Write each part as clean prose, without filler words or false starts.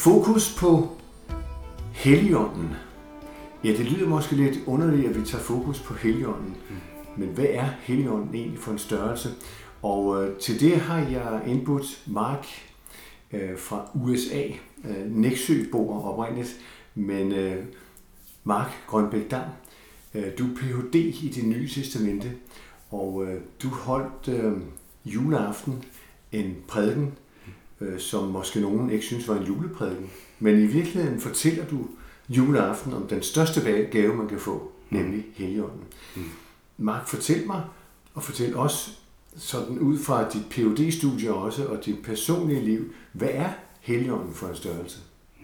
Fokus på Helligånden. Ja, det lyder måske lidt underligt, at vi tager fokus på Helligånden. Men hvad er Helligånden egentlig for en størrelse? Og til det har jeg indbudt Mark fra USA. Nexø-bor oprindeligt, men Mark Grønbæk Dam, du er Ph.D. i Det Nye Testamente, og du holdt juleaften en prædiken, som måske nogen ikke synes var en juleprædiken. Men i virkeligheden fortæller du juleaften om den største gave, man kan få, nemlig Helligånden. Mark, fortæl mig, og fortæl os, sådan ud fra dit Ph.D.-studie også, og dit personlige liv, hvad er Helligånden for en størrelse?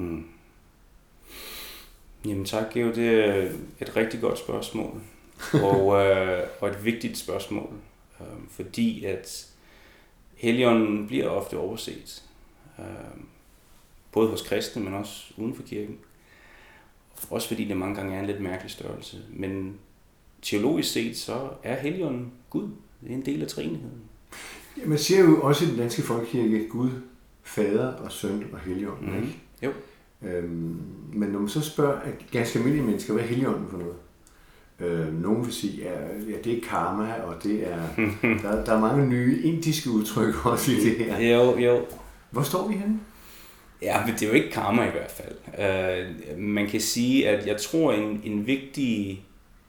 Jamen tak, Geo. Det er et rigtig godt spørgsmål, og et vigtigt spørgsmål, fordi at Helligånden bliver ofte overset, både hos kristne, men også uden for kirken. Også fordi det mange gange er en lidt mærkelig størrelse. Men teologisk set, så er Helligånden Gud. Det er en del af treenigheden. Ja, man siger jo også i den danske folkekirke Gud, Fader og Søn og Helligånden, ikke? Jo. Men når man så spørger ganske almindelige mennesker, hvad er Helligånden for noget? Nogen vil sige, ja, det er karma, og det er, der er mange nye indiske udtryk også i det her. Jo. Hvor står vi henne? Ja, men det er jo ikke karma i hvert fald. Man kan sige, at jeg tror, en vigtig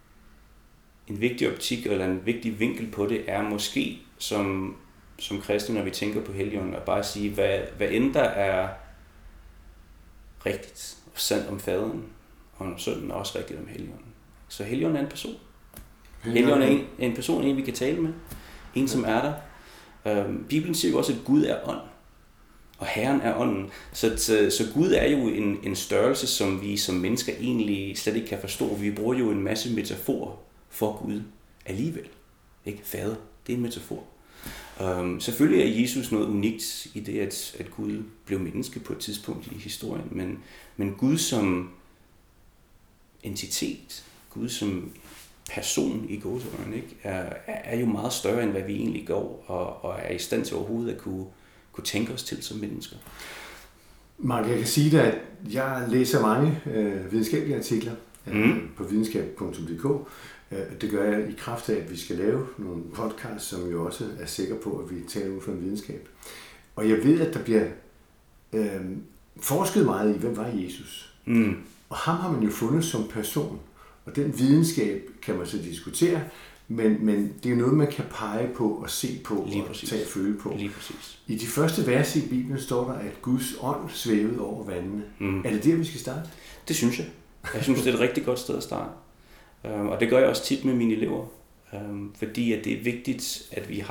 optik, eller en vigtig vinkel på det, er måske som kristne, når vi tænker på Helligånden, at bare sige, hvad end der er rigtigt og sandt om faderen, og om sønnen er også rigtigt om Helligånden. Så Helligånden er en person. Helligånden er en person, en vi kan tale med. En, som er der. Bibelen siger jo også, at Gud er ånd. Og Herren er ånden. Så Gud er jo en størrelse, som vi som mennesker egentlig slet ikke kan forstå. Vi bruger jo en masse metaforer for Gud alligevel. Ikke? Fader, det er en metafor. Selvfølgelig er Jesus noget unikt i det, at Gud blev menneske på et tidspunkt i historien. Men Gud som entitet, Gud som person i gåseøjne, ikke, er jo meget større, end hvad vi egentlig går, og er i stand til overhovedet at kunne tænke os til som mennesker. Mark, jeg kan sige dig, at jeg læser mange videnskabelige artikler på videnskab.dk. Det gør jeg i kraft af, at vi skal lave nogle podcasts, som jo også er sikre på, at vi taler ud fra en videnskab. Og jeg ved, at der bliver forsket meget i, hvem var Jesus? Og ham har man jo fundet som person. Og den videnskab kan man så diskutere, men det er jo noget, man kan pege på og se på og tage og føle på. Lige præcis. I de første vers i Bibelen står der, at Guds ånd svævede over vandene. Er det der, vi skal starte? Det synes jeg. Jeg synes, det er et rigtig godt sted at starte. Og det gør jeg også tit med mine elever. Fordi at det er vigtigt, at vi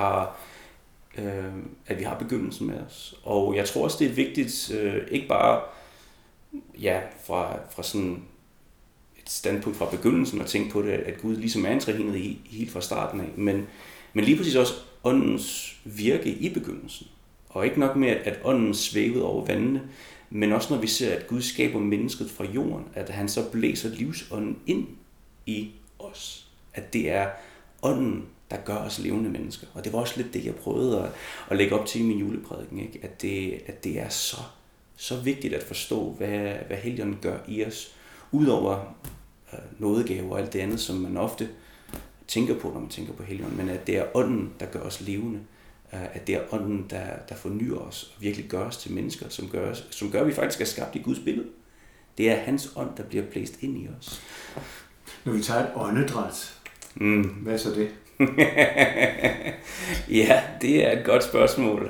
har begyndelsen med os. Og jeg tror også, det er vigtigt, ikke bare fra sådan et standpunkt fra begyndelsen og tænke på det, at Gud ligesom er en treenighed helt fra starten af, men lige præcis også åndens virke i begyndelsen. Og ikke nok med, at ånden svævede over vandene, men også når vi ser, at Gud skaber mennesket fra jorden, at han så blæser livsånden ind i os. At det er ånden, der gør os levende mennesker. Og det var også lidt det, jeg prøvede at lægge op til i min juleprædiken, ikke? At det er så vigtigt at forstå, hvad Helligånden gør i os, udover nådegave og alt det andet, som man ofte tænker på, når man tænker på Helligånden, men at det er ånden, der gør os levende, at det er ånden, der fornyer os og virkelig gør os til mennesker, som gør, at vi faktisk er skabt i Guds billede. Det er hans ånd, der bliver blæst ind i os. Når vi tager et åndedræt, hvad er så det? Ja, det er et godt spørgsmål.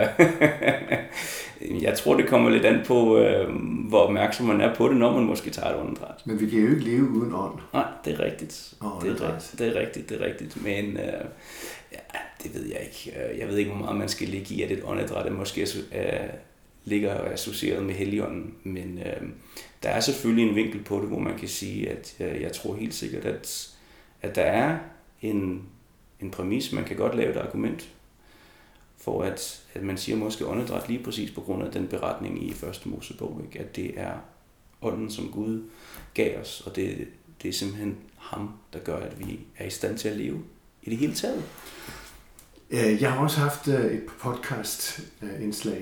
Jeg tror, det kommer lidt an på, hvor opmærksom man er på det, når man måske tager et åndedræt. Men vi kan jo ikke leve uden ånd. Nej, det er rigtigt. Det er rigtigt. Men det ved jeg ikke. Jeg ved ikke, hvor meget man skal ligge i, at et åndedræt måske ligger associeret med Helligånden. Men der er selvfølgelig en vinkel på det, hvor man kan sige, at jeg tror helt sikkert, at der er en præmis. Man kan godt lave et argument for, at man siger måske åndedræt lige præcis på grund af den beretning i 1. Mosebog, ikke? At det er ånden, som Gud gav os, og det er simpelthen ham, der gør, at vi er i stand til at leve i det hele taget. Jeg har også haft et podcast-indslag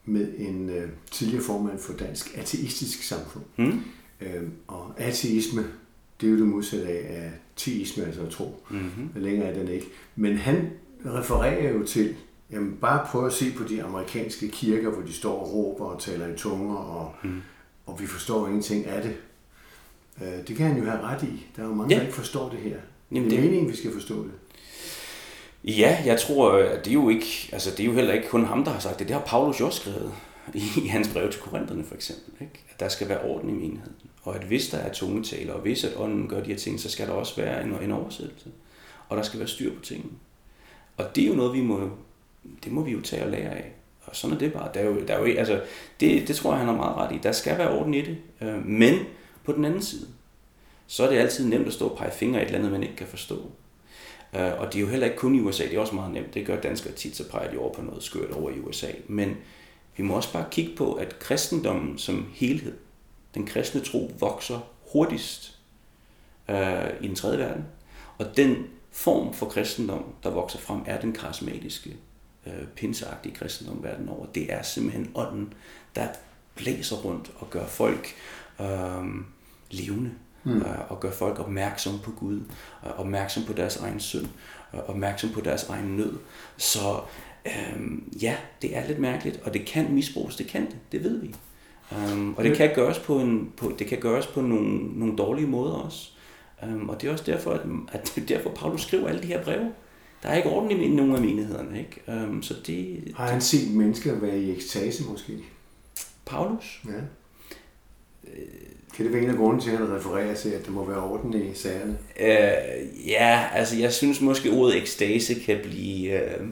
med en tidligere formand for Dansk Ateistisk Samfund. Og ateisme, det er jo det modsatte af teisme, altså at tro. Længere er den ikke. Men han refererer jo til, jamen bare prøv at se på de amerikanske kirker, hvor de står og råber og taler i tunger, og vi forstår ingenting af det. Det kan han jo have ret i. Der er jo mange, der ikke forstår det her. Jamen, det er meningen, vi skal forstå det. Ja, jeg tror, at det er jo ikke, altså det er jo heller ikke kun ham, der har sagt det. Det har Paulus jo også skrevet i hans brev til Korinterne for eksempel. Ikke? At der skal være orden i menigheden. Og at hvis der er tungetale, og hvis at ånden gør de her ting, så skal der også være en oversættelse. Og der skal være styr på tingene. Og det er jo noget, det må vi jo tage og lære af. Og sådan er det bare. Der er jo, altså, det tror jeg, han har meget ret i. Der skal være orden i det. Men på den anden side, så er det altid nemt at stå og pege fingre i et eller andet, man ikke kan forstå. Og det er jo heller ikke kun i USA, det er også meget nemt. Det gør danskere tit, så peger de over på noget skørt over i USA. Men vi må også bare kigge på, at kristendommen som helhed, den kristne tro, vokser hurtigst i den tredje verden. Og den form for kristendom, der vokser frem, er den karismatiske, pinseagtige kristendom verden over. Det er simpelthen ånden, der blæser rundt og gør folk levende. Og gør folk opmærksom på Gud, opmærksom på deres egen synd, opmærksom på deres egen nød. Så ja, det er lidt mærkeligt, og det kan misbruges, det ved vi. Og det kan gøres på nogle dårlige måder også. Og det er også derfor, at det er derfor Paulus skriver alle de her breve. Der er ikke orden i nogen af menighederne, ikke? Så det. Har han set mennesker være i ekstase måske? Paulus? Ja. Kan det være en af grunden til, at han refererer til, at der må være orden i sagerne? Ja, altså jeg synes måske ordet ekstase kan blive.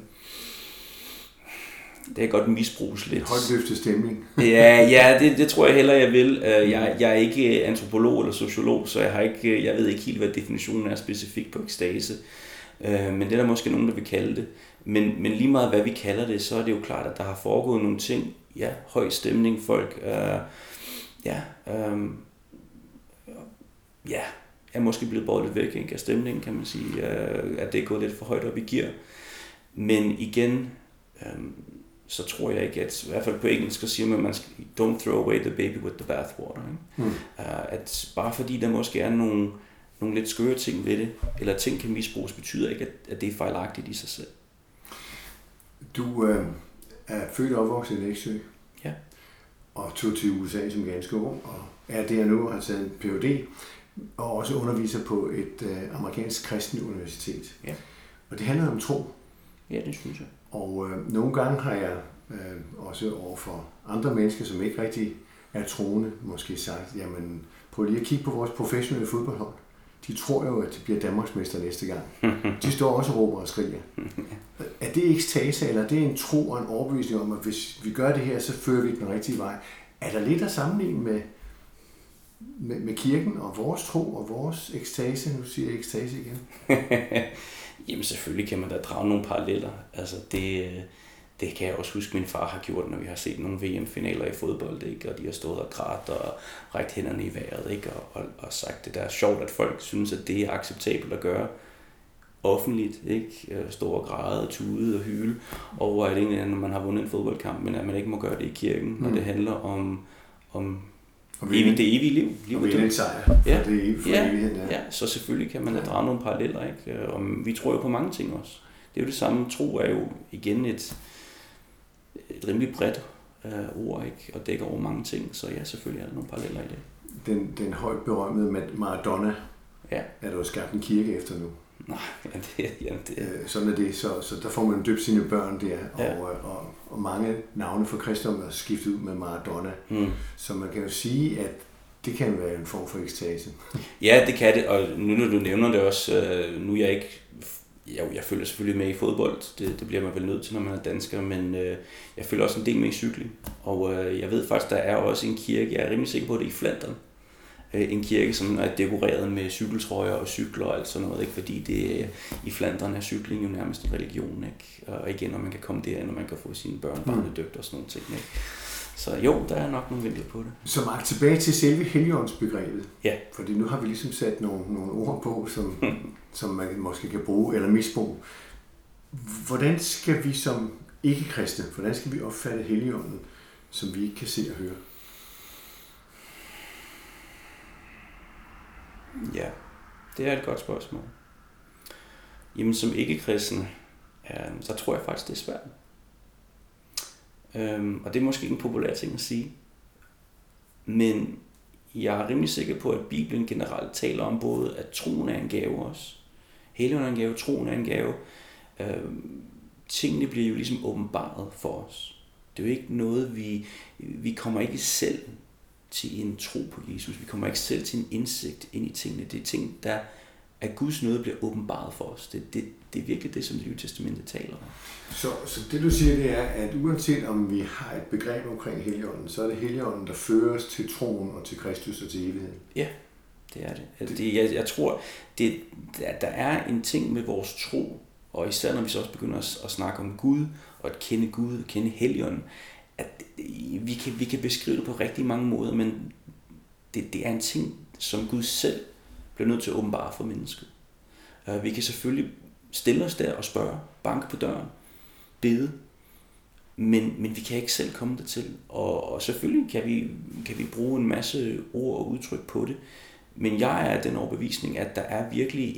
Det kan godt misbruges lidt. Højtløftet stemning. ja, det tror jeg hellere, jeg vil. Jeg er ikke antropolog eller sociolog, så jeg ved ikke helt, hvad definitionen er specifikt på ekstase. Men det er der måske nogen, der vil kalde det. Men lige meget hvad vi kalder det, så er det jo klart, at der har foregået nogle ting. Ja, høj stemning, folk. Er måske blevet båret lidt væk, ikke, af stemningen, kan man sige. At det er gået lidt for højt op i gear. Men igen, så tror jeg ikke, at i hvert fald på engelsk så siger man, at man skal don't throw away the baby with the bathwater. At bare fordi der måske er nogle lidt skøre ting ved det, eller ting kan misbruges, betyder ikke, at det er fejlagtigt i sig selv. Du er født og opvokset i Nexø. Ja. Og tog til USA som ganske ung, og er der nu, har taget en Ph.D., og også underviser på et amerikansk kristent universitet. Ja. Og det handler om tro. Ja, det synes jeg. Og nogle gange har jeg også overfor andre mennesker, som ikke rigtig er troende, måske sagt, jamen prøv lige at kigge på vores professionelle fodboldhold. De tror jo, at de bliver Danmarksmester næste gang. De står også og råber og skriger. Er det ekstase, eller er det en tro og en overbevisning om, at hvis vi gør det her, så fører vi den rigtige vej? Er der lidt at sammenligne med kirken og vores tro og vores ekstase? Nu siger jeg ekstase igen. Jamen selvfølgelig kan man da drage nogle paralleller. Altså det kan jeg også huske, min far har gjort, når vi har set nogle VM-finaler i fodbold, ikke? Og de har stået og grædt og rækt hænderne i vejret, ikke? Og sagt, det der er sjovt, at folk synes, at det er acceptabelt at gøre offentligt, ikke? Stå og græde og tude og hyle over, at egentlig, når man har vundet en fodboldkamp, men at man ikke må gøre det i kirken, når det handler om det evige liv. Og vinde en sejr for det evigheden. Ja, så selvfølgelig kan man da drage nogle paralleller, ikke? Og vi tror jo på mange ting også. Det er jo det samme. Tro er jo igen et rimelig bredt ord, ikke? Og dækker over mange ting, så ja, selvfølgelig er der nogle paralleller i det. Den højt berømmede Maradona, er der jo skabt en kirke efter nu. Nej, sådan er det, så der får man døbt sine børn der, og mange navne for kristendommen er skiftet ud med Maradona. Så man kan jo sige, at det kan være en form for ekstase. Ja, det kan det, og nu når du nævner det også, nu er jeg ikke. Jeg følger selvfølgelig med i fodbold, det bliver man vel nødt til, når man er dansker, men jeg følger også en del med i cykling. Og jeg ved faktisk, der er også en kirke, jeg er rimelig sikker på, det i Flandern. En kirke, som er dekoreret med cykeltrøjer og cykler og alt sådan noget, ikke? Fordi i Flandern er cykling jo nærmest en religion, ikke? Og igen, når man kan komme derind, og man kan få sine børn barnedøbt og sådan nogle ting, ikke? Så jo, der er nok nogle vinkler på det. Så Mark, tilbage til selve helligåndsbegrebet. Ja. Fordi nu har vi ligesom sat nogle ord på, som man måske kan bruge eller misbruge. Hvordan skal vi som ikke-kristne, hvordan skal vi opfatte Helligånden? som vi ikke kan se og høre? Ja, det er et godt spørgsmål. Jamen som ikke-kristen, så tror jeg faktisk, det er svært. Og det er måske ikke en populær ting at sige. Men jeg er rimelig sikker på, at Bibelen generelt taler om både, at troen er en gave også. Helligånden er en gave, troen er en gave. Tingene bliver jo ligesom åbenbaret for os. Det er jo ikke noget, vi kommer ikke selv til en tro på Jesus. Vi kommer ikke selv til en indsigt ind i tingene. Det er ting, der af Guds nåde bliver åbenbaret for os. Det er virkelig det, som Det Nye Testamente taler om. Så det du siger, det er, at uanset om vi har et begreb omkring Helligånden, så er det Helligånden, der fører os til troen og til Kristus og til evigheden. Ja, det er det. Jeg tror, der er en ting med vores tro, og især når vi så også begynder at snakke om Gud, og at kende Gud, og kende Helligånden, at vi kan beskrive det på rigtig mange måder, men det er en ting, som Gud selv bliver nødt til at åbenbare for mennesket. Vi kan selvfølgelig stille os der og spørge, banke på døren, bede, men vi kan ikke selv komme dertil. Og selvfølgelig kan vi bruge en masse ord og udtryk på det, men jeg er af den overbevisning, at der er virkelig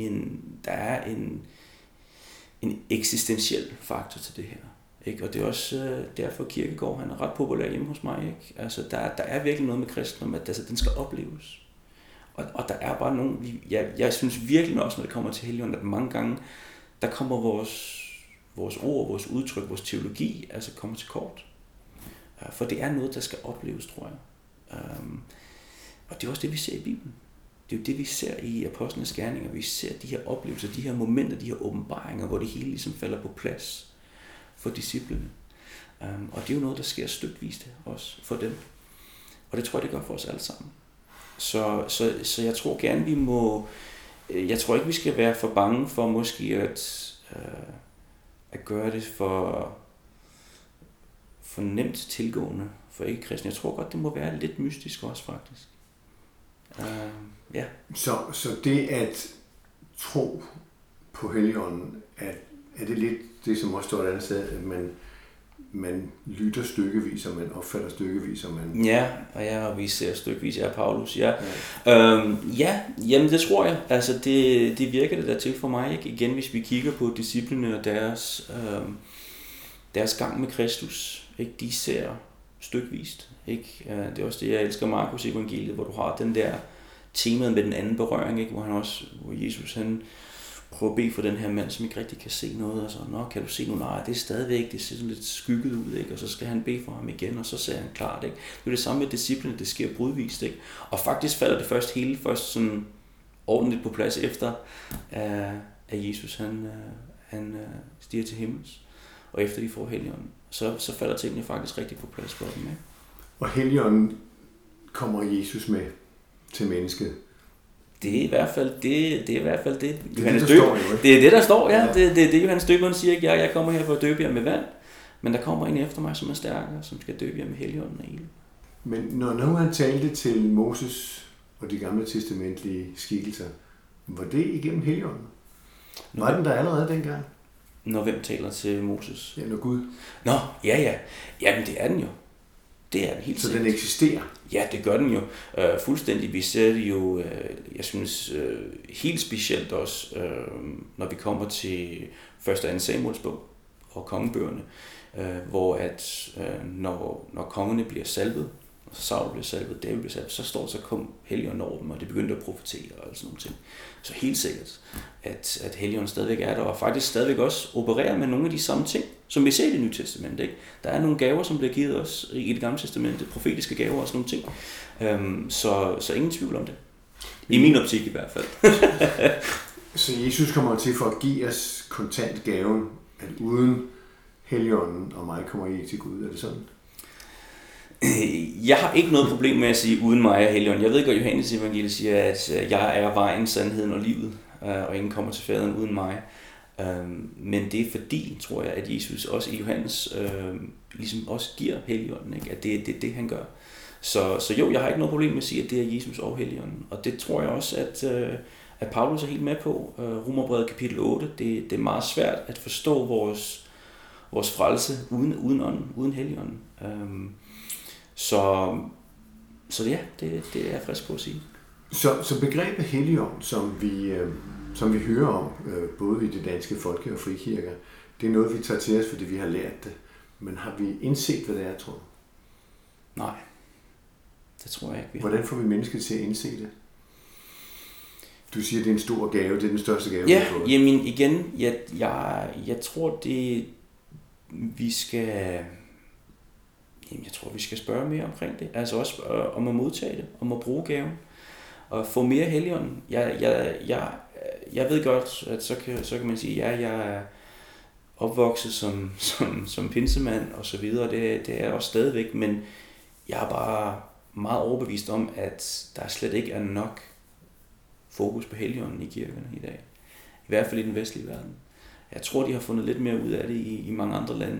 en eksistentiel faktor til det her. Ikke? Og det er også derfor Kierkegaard, han er ret populær hjemme hos mig. Ikke? Altså, der er virkelig noget med kristendom, at den skal opleves. Og der er bare nogen, jeg synes virkelig også, når det kommer til Helligånden, at mange gange, der kommer vores ord, vores udtryk, vores teologi, altså kommer til kort. For det er noget, der skal opleves, tror jeg. Og det er også det, vi ser i Bibelen. Det er jo det, vi ser i apostlenes gerninger. Vi ser de her oplevelser, de her momenter, de her åbenbaringer, hvor det hele ligesom falder på plads for disciplene. Og det er jo noget, der sker stykvist også for dem. Og det tror jeg, det gør for os alle sammen. Så jeg tror gerne, vi må... Jeg tror ikke, vi skal være for bange for måske at gøre det for nemt tilgående for ikke-kristne. Jeg tror godt, det må være lidt mystisk også, faktisk. Ja. Så det at tro på Helligånden, er det lidt det, som også står et andet sted, at man lytter stykkevis, og man opfatter stykkevis, og man... Og vi ser stykkevis af Paulus, ja. Jamen det tror jeg. Altså det virker det der til for mig, ikke? Igen, hvis vi kigger på disciplene og deres gang med Kristus, ikke? De ser stykvist, ikke? Det er også det, jeg elsker Markus evangeliet, hvor du har den der temaet med den anden berøring, ikke? Hvor Jesus han prøver at bede for den her mand, som ikke rigtig kan se noget, og så, kan du se nu? Nej, det er stadigvæk, det ser sådan lidt skygget ud, ikke? Og så skal han bede for ham igen, og så ser han klart, ikke? Det er det samme med disciplene, det sker brudvist, ikke? Og faktisk falder det først sådan ordentligt på plads efter, at Jesus han stiger til himmels, og efter de får Helligånden, så falder tingene faktisk rigtig på plads for dem, ikke? Og Helligånden kommer Jesus med til mennesket. Det er i hvert fald det. Det er det, der står, ja. Det er det, Johannes Døberen siger, ikke? Jeg kommer her for at døbe jer med vand, men der kommer en efter mig, som er stærkere, som skal døbe jer med Helligånden og ild. Men når nu han talte til Moses og de gamle testamentlige skikkelser, var det igennem Helligånden? Var den der allerede dengang? Når hvem taler til Moses? Ja, når Gud. Nå, ja. Jamen, det er den jo. Det er den helt sikkert. Så den eksisterer? Ja, det gør den jo. Fuldstændig. Vi ser det jo, jeg synes, helt specielt også, når vi kommer til 1. og 2. Samuels bog og kongebøgerne, hvor at når kongerne bliver salvet, og Saul bliver salvet, David bliver salvet, så kom Helligånden over dem, og det begyndte at profetere og sådan nogle ting. Så helt sikkert, at Helligånden stadigvæk er der, og faktisk stadigvæk også opererer med nogle af de samme ting, som vi ser i Det Nye Testamente. Ikke? Der er nogle gaver, som bliver givet os i Det Gamle Testamente, profetiske gaver og sådan nogle ting. Så ingen tvivl om det. I min optik i hvert fald. Så Jesus kommer til for at give os kontant gaven, at uden Helligånden og mig kommer I ikke til Gud. Er det sådan? Jeg har ikke noget problem med at sige uden mig og Helligånden. Jeg ved godt, Johannes evangeliet siger, at jeg er vejen, sandheden og livet, og ingen kommer til faderen uden mig. Men det er fordi, tror jeg, at Jesus også i Johannes ligesom også giver Helligånden, ikke? At det er det, han gør. Så jo, jeg har ikke noget problem med at sige, at det er Jesus og Helligånden. Og det tror jeg også, at Paulus er helt med på. Romerbrevet kapitel 8, det er meget svært at forstå vores frelse uden ånden, uden Helligånden. Så ja, det er jeg frisk på at sige. Så begrebet Helligånd, som vi hører om, både i de danske folke- og frikirker, det er noget, vi tager til os, fordi vi har lært det. Men har vi indset, hvad det er, tror du? Nej, det tror jeg ikke. Hvordan får vi mennesker til at indse det? Du siger, det er en stor gave, det er den største gave, ja, vi har fået. Jamen igen, jeg tror, vi skal spørge mere omkring det. Altså også om at modtage det, om at bruge gaven, og få mere Helligånden. Jeg ved godt, at så kan man sige, at jeg er opvokset som pinsemand og så videre, det er jeg også stadigvæk, men jeg er bare meget overbevist om, at der slet ikke er nok fokus på Helligånden i kirkerne i dag. I hvert fald i den vestlige verden. Jeg tror, de har fundet lidt mere ud af det i mange andre lande.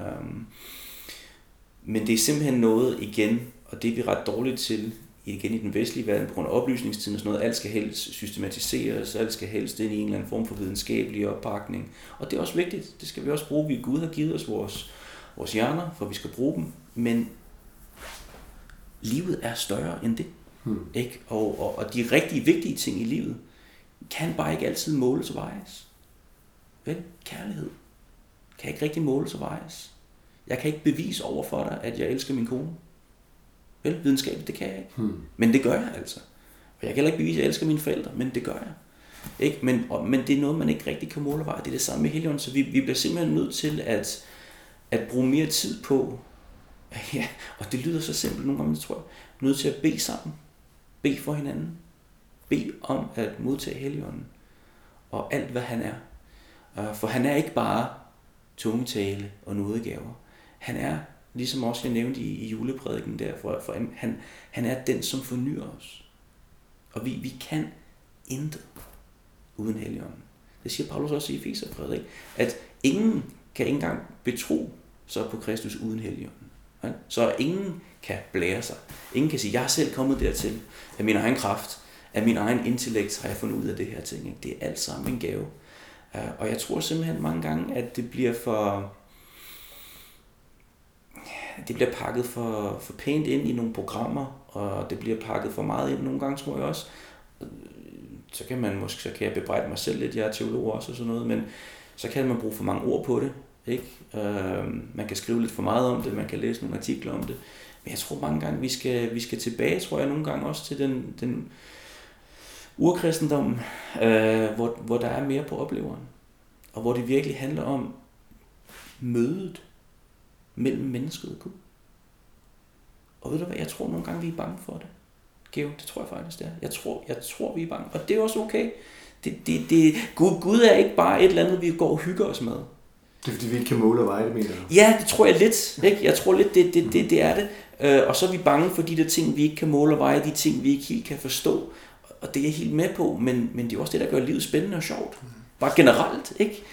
Men det er simpelthen noget igen, og det er vi ret dårligt til, igen i den vestlige verden, på grund af oplysningstiden og sådan noget. Alt skal helst systematiseres, alt skal helst ind i en eller anden form for videnskabelig oppakning. Og det er også vigtigt, det skal vi også bruge. Gud har givet os vores hjerner, for vi skal bruge dem. Men livet er større end det. Ikke? Og de rigtig vigtige ting i livet kan bare ikke altid måles og vejes. Vel? Kærlighed kan ikke rigtig måles og vejes. Jeg kan ikke bevise over for dig, at jeg elsker min kone. Vel? Videnskabeligt, det kan jeg ikke. Men det gør jeg altså. Og jeg kan heller ikke bevise, at jeg elsker mine forældre, men det gør jeg. Ikke? Men det er noget, man ikke rigtig kan måle og veje. Det er det samme med Helligånden, så vi bliver simpelthen nødt til at bruge mere tid på, ja, og det lyder så simpelt nogle gange, tror jeg, nødt til at bede sammen. Bede for hinanden. Bede om at modtage Helligånden. Og alt, hvad han er. For han er ikke bare tungetale og nådegaver. Han er, ligesom også jeg nævnte i juleprædiken der, for han er den, som fornyer os. Og vi kan intet uden Helligånden. Det siger Paulus også i Efeserbrevet, at ingen kan ikke engang betro sig på Kristus uden Helligånden. Så ingen kan blære sig. Ingen kan sige, jeg er selv kommet dertil, af min egen kraft, af min egen intellekt har jeg fundet ud af det her ting. Det er alt sammen en gave. Og jeg tror simpelthen mange gange, at det bliver pakket for pænt ind i nogle programmer, og det bliver pakket for meget ind nogle gange, tror jeg også. Så kan jeg bebrejde mig selv lidt, jeg er teolog også og sådan noget, men så kan man bruge for mange ord på det. Ikke? Man kan skrive lidt for meget om det, man kan læse nogle artikler om det, men jeg tror mange gange, vi skal tilbage, tror jeg nogle gange også til den urkristendom, hvor der er mere på opleveren, og hvor det virkelig handler om mødet mellem mennesket og Gud. Og ved du hvad, jeg tror nogle gange, vi er bange for det. Geo, det tror jeg faktisk, det er. Jeg tror, vi er bange, og det er også okay. Gud er ikke bare et eller andet, vi går og hygger os med. Det er fordi, vi ikke kan måle og veje det, mener du? Ja, det tror jeg lidt. Ikke? Jeg tror lidt, det er det. Og så er vi bange for de der ting, vi ikke kan måle og veje, de ting, vi ikke helt kan forstå. Og det er jeg helt med på, men det er også det, der gør livet spændende og sjovt. Bare generelt, ikke?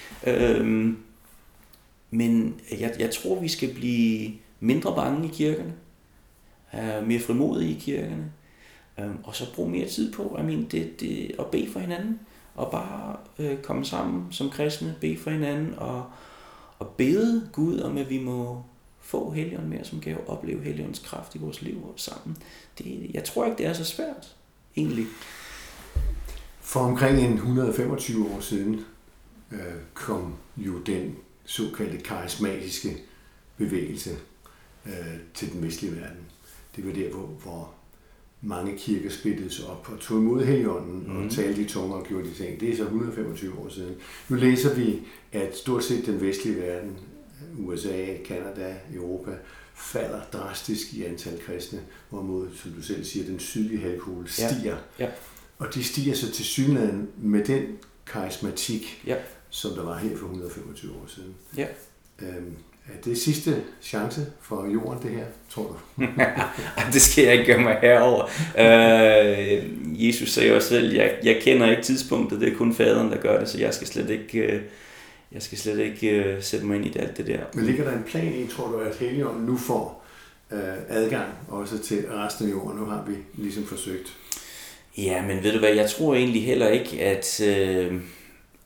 Men jeg tror, vi skal blive mindre bange i kirkerne, mere frimodige i kirkerne, og så bruge mere tid på at bede for hinanden, og bare komme sammen som kristne, bede for hinanden, og bede Gud om, at vi må få Helligånden mere som gave, opleve Helligåndens kraft i vores liv sammen. Jeg tror ikke, det er så svært, egentlig. For omkring 125 år siden kom jo den såkaldte karismatiske bevægelse til den vestlige verden. Det var der, hvor mange kirker splittede sig op og tog imod Helligånden og talte i tunger og gjorde de ting. Det er så 125 år siden. Nu læser vi, at stort set den vestlige verden, USA, Canada, Europa, falder drastisk i antal kristne, hvorimod, som du selv siger, den sydlige halvkugle stiger. Ja. Ja. Og de stiger så til synligheden med den karismatik, som der var her for 125 år siden. Ja. Er det sidste chance for jorden, det her, tror du? Det skal jeg ikke gøre mig herover. Jesus sagde også selv, jeg kender ikke tidspunktet, det er kun faderen, der gør det, så jeg skal slet ikke sætte mig ind i alt det der. Men ligger der en plan i, tror du, at Helligånden nu får adgang også til resten af jorden? Nu har vi ligesom forsøgt. Ja, men ved du hvad, jeg tror egentlig heller ikke,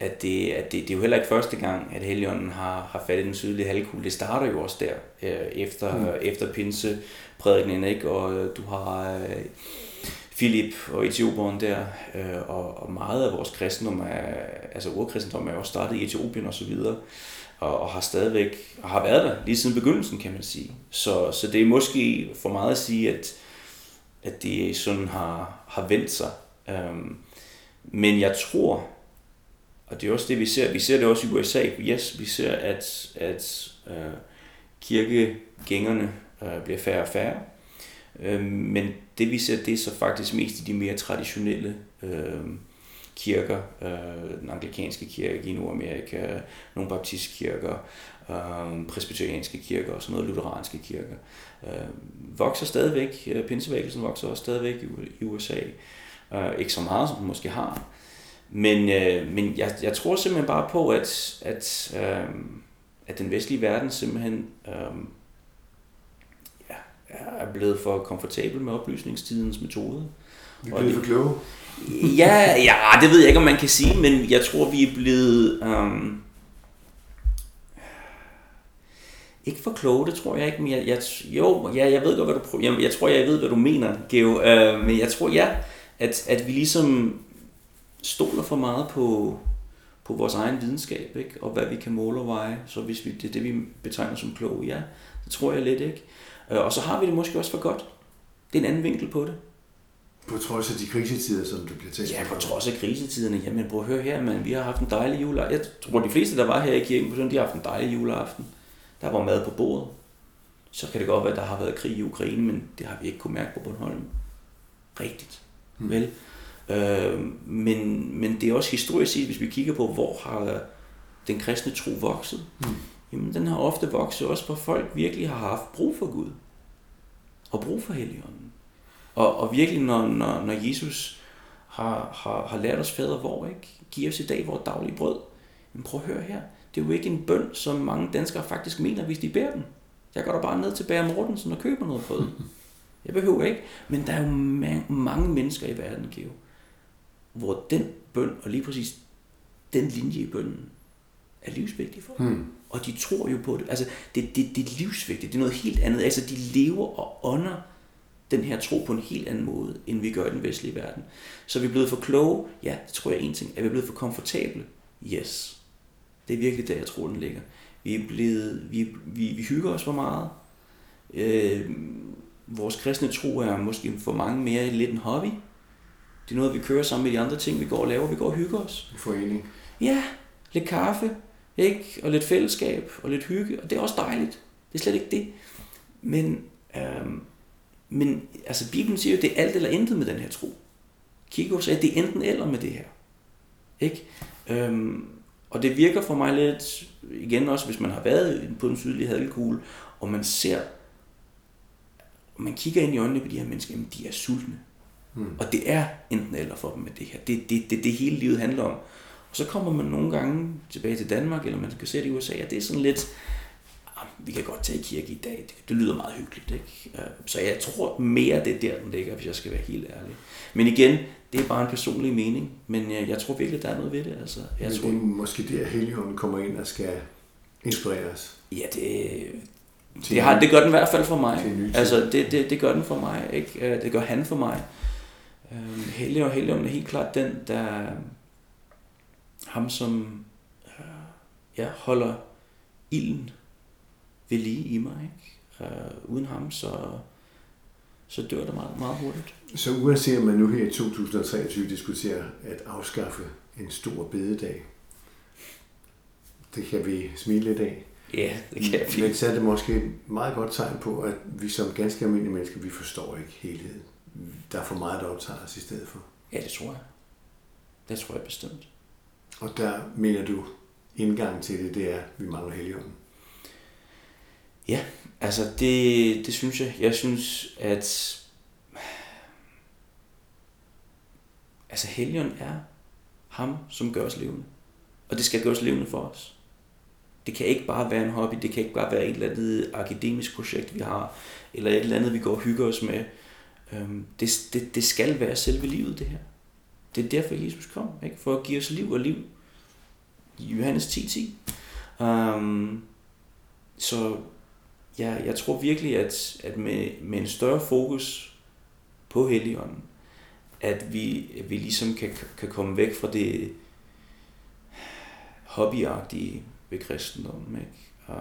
at det er jo heller ikke første gang, at Helligånden har fat i den sydlige halvkugle. Det starter jo også der, efter pinseprædikningen, ikke? Og du har Filip og Etioperen der, og meget af vores kristendom, altså urkristendom, er også startet i Etiopien og så videre, og har stadigvæk, og har været der lige siden begyndelsen, kan man sige. Så det er måske for meget at sige, at det sådan har vendt sig. Men jeg tror, og det er også det, vi ser det også i USA, yes, vi ser, at kirkegængerne bliver færre og færre, men det vi ser, det er så faktisk mest i de mere traditionelle kirker, den anglikanske kirke i Nordamerika, nogle baptistkirker, presbyterianske kirker og sådan noget, lutheranske kirker, vokser stadigvæk, pinsevægelsen vokser også stadigvæk i USA, ikke så meget som den måske har, men jeg tror simpelthen bare på, at den vestlige verden simpelthen er blevet for komfortabel med oplysningstidens metoder. Vi er blevet for kloge. Ja, det ved jeg ikke, om man kan sige, men jeg tror, vi er blevet ikke for kloge, det tror jeg ikke, men jeg ved godt, hvad du prøver. Jeg tror, jeg ved, hvad du mener, Geo, men jeg tror, at vi ligesom stoler for meget på vores egen videnskab, ikke? Og hvad vi kan måle og veje, så hvis det er det, vi betegner som kloge, ja, det tror jeg lidt, ikke? Og så har vi det måske også for godt. Det er en anden vinkel på det. På trods af de krisetider, som du bliver talt. Ja, på trods af krisetiderne. Jamen, prøv at høre her, man. Vi har haft en dejlig juleaften. Jeg tror, de fleste, der var her i kirken på søndag, de har haft en dejlig juleaften. Der var mad på bordet. Så kan det godt være, at der har været krig i Ukraine, men det har vi ikke kunnet mærke på Bornholm. Rigtigt. Vel? Men det er også historisk set, hvis vi kigger på, hvor har den kristne tro vokset. Jamen, den har ofte vokset også, hvor folk virkelig har haft brug for Gud. Og brug for Helligånden. Og virkelig, når Jesus har lært os fader hvor, ikke? Giv os i dag vores daglige brød. Men prøv at høre her. Det er jo ikke en bøn, som mange danskere faktisk mener, hvis de beder den. Jeg går da bare ned til Bager Mortensen og køber noget brød. Jeg behøver ikke. Men der er jo mange mennesker i verden, Geo, hvor den bøn, og lige præcis den linje i bønnen, er livsvigtig for dem. Og de tror jo på det. Altså, det er livsvigtigt. Det er noget helt andet. Altså, de lever og ånder den her tro på en helt anden måde, end vi gør i den vestlige verden. Så er vi blevet for kloge? Ja, det tror jeg er en ting. Er vi blevet for komfortable? Yes. Det er virkelig der, jeg tror, den ligger. Vi hygger os for meget. Vores kristne tro er måske for mange mere lidt en hobby. Det er noget, vi kører sammen med de andre ting, vi går og laver. Vi går og hygger os. En forening. Ja, lidt kaffe, ikke? Og lidt fællesskab og lidt hygge. Og det er også dejligt. Det er slet ikke det. Men altså, Bibelen siger jo, at det er alt eller intet med den her tro. Kiko sagde, at det er enten eller med det her. Ikke? Og det virker for mig lidt, igen også, hvis man har været på den sydlige halvkugle, og man ser, og man kigger ind i øjnene på de her mennesker, jamen de er sultne. Og det er enten eller for dem med det her. Det hele livet handler om. Og så kommer man nogle gange tilbage til Danmark, eller man kan se det i USA, og det er sådan lidt, vi kan godt tage i kirke i dag, det lyder meget hyggeligt, ikke? Så jeg tror mere, det er der, den ligger, hvis jeg skal være helt ærlig. Men igen, det er bare en personlig mening, men jeg tror virkelig, der er noget ved det. Altså, men det er måske der, Helligånden kommer ind og skal inspireres. Ja, det gør den i hvert fald for mig. Altså, det gør den for mig, ikke? Det gør han for mig. Helligånden er helt klart den, der ham, som holder ilden ved lige i mig, ikke? Uden ham, så dør det meget, meget hurtigt. Så uanset om man nu her i 2023 diskuterer at afskaffe en stor bededag, det kan vi smile lidt af. Ja, det kan vi. Men så er det måske et meget godt tegn på, at vi som ganske almindelige mennesker, vi forstår ikke helheden. Der er for meget, der optager os i stedet for. Ja, det tror jeg. Det tror jeg bestemt. Og der mener du, indgangen til det er, at vi mangler Helligånden. Ja, altså det synes jeg. Jeg synes, at altså Helligånden er ham, som gør os levende. Og det skal gøres levende for os. Det kan ikke bare være en hobby, det kan ikke bare være et eller andet akademisk projekt, vi har, eller et eller andet, vi går og hygger os med. Det skal være selve livet, det her. Det er derfor, Jesus kom, ikke? For at give os liv og liv Johannes 10:10. Så ja, jeg tror virkelig, at med en større fokus på Helligånden, at vi ligesom kan komme væk fra det hobbyagtige ved kristendommen, ikke?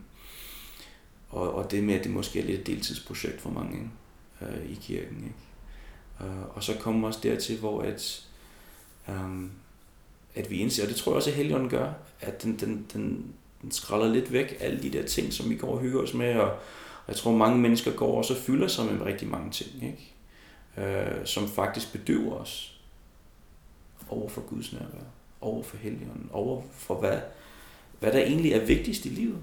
Og det med, at det måske er lidt et deltidsprojekt for mange i kirken, ikke? Og så kommer også dertil, hvor at vi indser, og det tror jeg også, at Helligånden gør, at den skralder lidt væk alle de der ting, som vi går og hygger os med, og jeg tror, mange mennesker går også og fylder sig med rigtig mange ting, ikke? Som faktisk bedøver os over for Guds nærvær, over for Helligånden, over for hvad der egentlig er vigtigst i livet.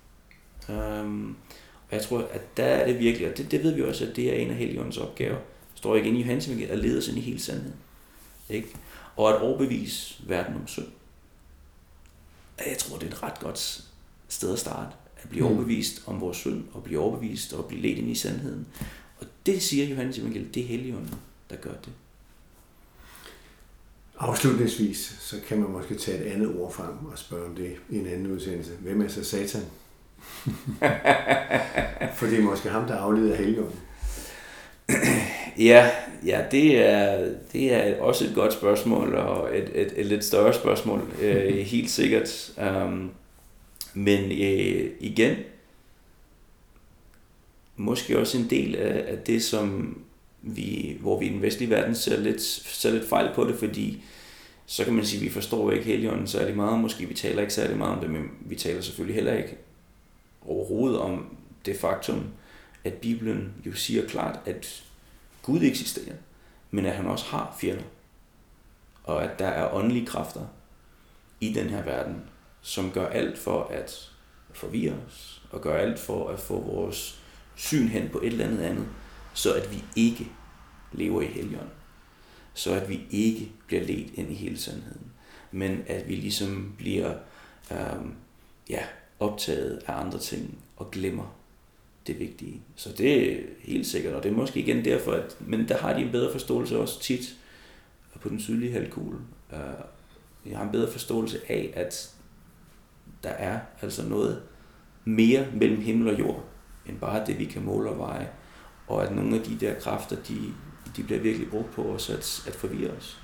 Og jeg tror, at der er det virkelig, og det ved vi også, at det er en af Helligåndens opgaver, står igen i Johannes evangeliet, at lede os ind i hele sandheden, ikke? Og at overbevise verden om synd. Jeg tror, det er et ret godt sted at starte, at blive overbevist om vores synd, og blive overbevist og blive ledt ind i sandheden. Og det siger Johannes evangeliet, det er Helligånden, der gør det. Afslutningsvis, så kan man måske tage et andet ord frem og spørge om det i en anden udsendelse. Hvem er så Satan? For det er måske ham, der afleder Helligånden. Ja, det er også et godt spørgsmål, og et lidt større spørgsmål, helt sikkert. Men igen, måske også en del af det, som hvor vi i den vestlige verden ser lidt fejl på det, fordi så kan man sige, at vi forstår ikke Helligånden særlig meget, måske vi taler ikke særlig meget om det, men vi taler selvfølgelig heller ikke overhovedet om det faktum, at Bibelen jo siger klart, at Gud eksisterer, men at han også har fjender, og at der er åndelige kræfter i den her verden, som gør alt for at forvirre os, og gør alt for at få vores syn hen på et eller andet, så at vi ikke lever i Helligånden, så at vi ikke bliver ledt ind i hele sandheden, men at vi ligesom bliver optaget af andre ting og glemmer det vigtige. Så det er helt sikkert, og det er måske igen derfor, men der har de en bedre forståelse også tit på den sydlige halvkugle. Jeg har en bedre forståelse af, at der er altså noget mere mellem himmel og jord, end bare det, vi kan måle og veje, og at nogle af de der kræfter, de bliver virkelig brugt på os at forvirre os,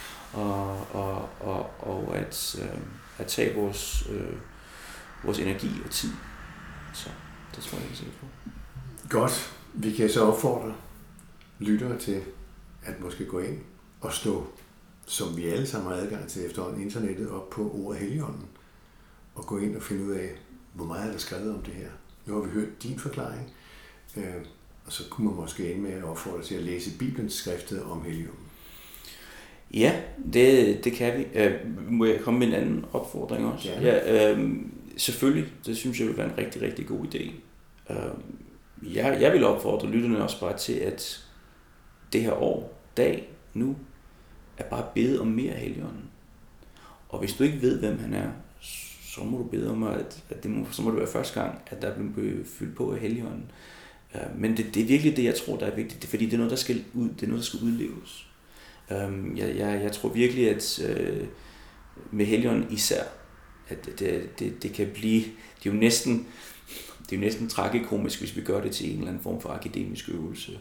og at tage vores energi og tid. Så det tror jeg ikke sikkert på. Godt. Vi kan så opfordre lyttere til at måske gå ind og stå, som vi alle sammen har adgang til efterhånden, internettet op på ordet Helligånden, og gå ind og finde ud af, hvor meget er der skrevet om det her. Nu har vi hørt din forklaring, og så kunne man måske ende med at opfordre til at læse Bibelens skrifter om Helligånden. Ja, det kan vi. Må jeg komme med en anden opfordring også? Ja, selvfølgelig. Det synes jeg vil være en rigtig, rigtig god idé. Jeg vil opfordre lytterne også bare til, at det her år, dag, nu, er bare bede om mere af Helligånden. Og hvis du ikke ved, hvem han er, så må du bede om, så må det være første gang, at der bliver fyldt på af Helligånden. Men det er virkelig det, jeg tror, der er vigtigt, fordi det er noget, der skal udleves. Jeg tror virkelig, at med Helligånden især, at det kan blive, det er jo næsten tragikomisk, hvis vi gør det til en eller anden form for akademisk øvelse.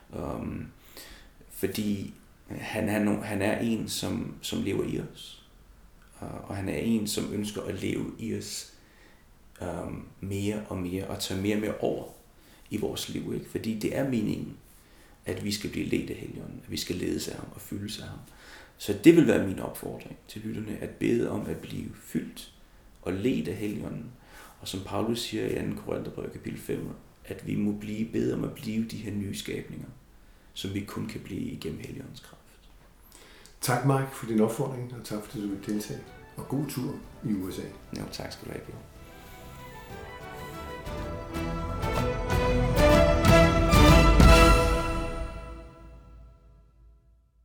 Fordi han er en, som lever i os. Og han er en, som ønsker at leve i os mere og mere, og tage mere og mere over i vores liv. Ikke? Fordi det er meningen, at vi skal blive ledt af Helligånden, at vi skal ledes af ham og fyldes af ham. Så det vil være min opfordring til lytterne, at bede om at blive fyldt og ledt af Helligånden. Og som Paulus siger i 2. Korintherbrev kapitel 5, at vi må bede om at blive de her nye skabninger, som vi kun kan blive igennem Helligåndens kraft. Tak, Mark, for din opfordring, og tak fordi du vil deltage. Og god tur i USA. Jo, tak skal du have, Bjørn.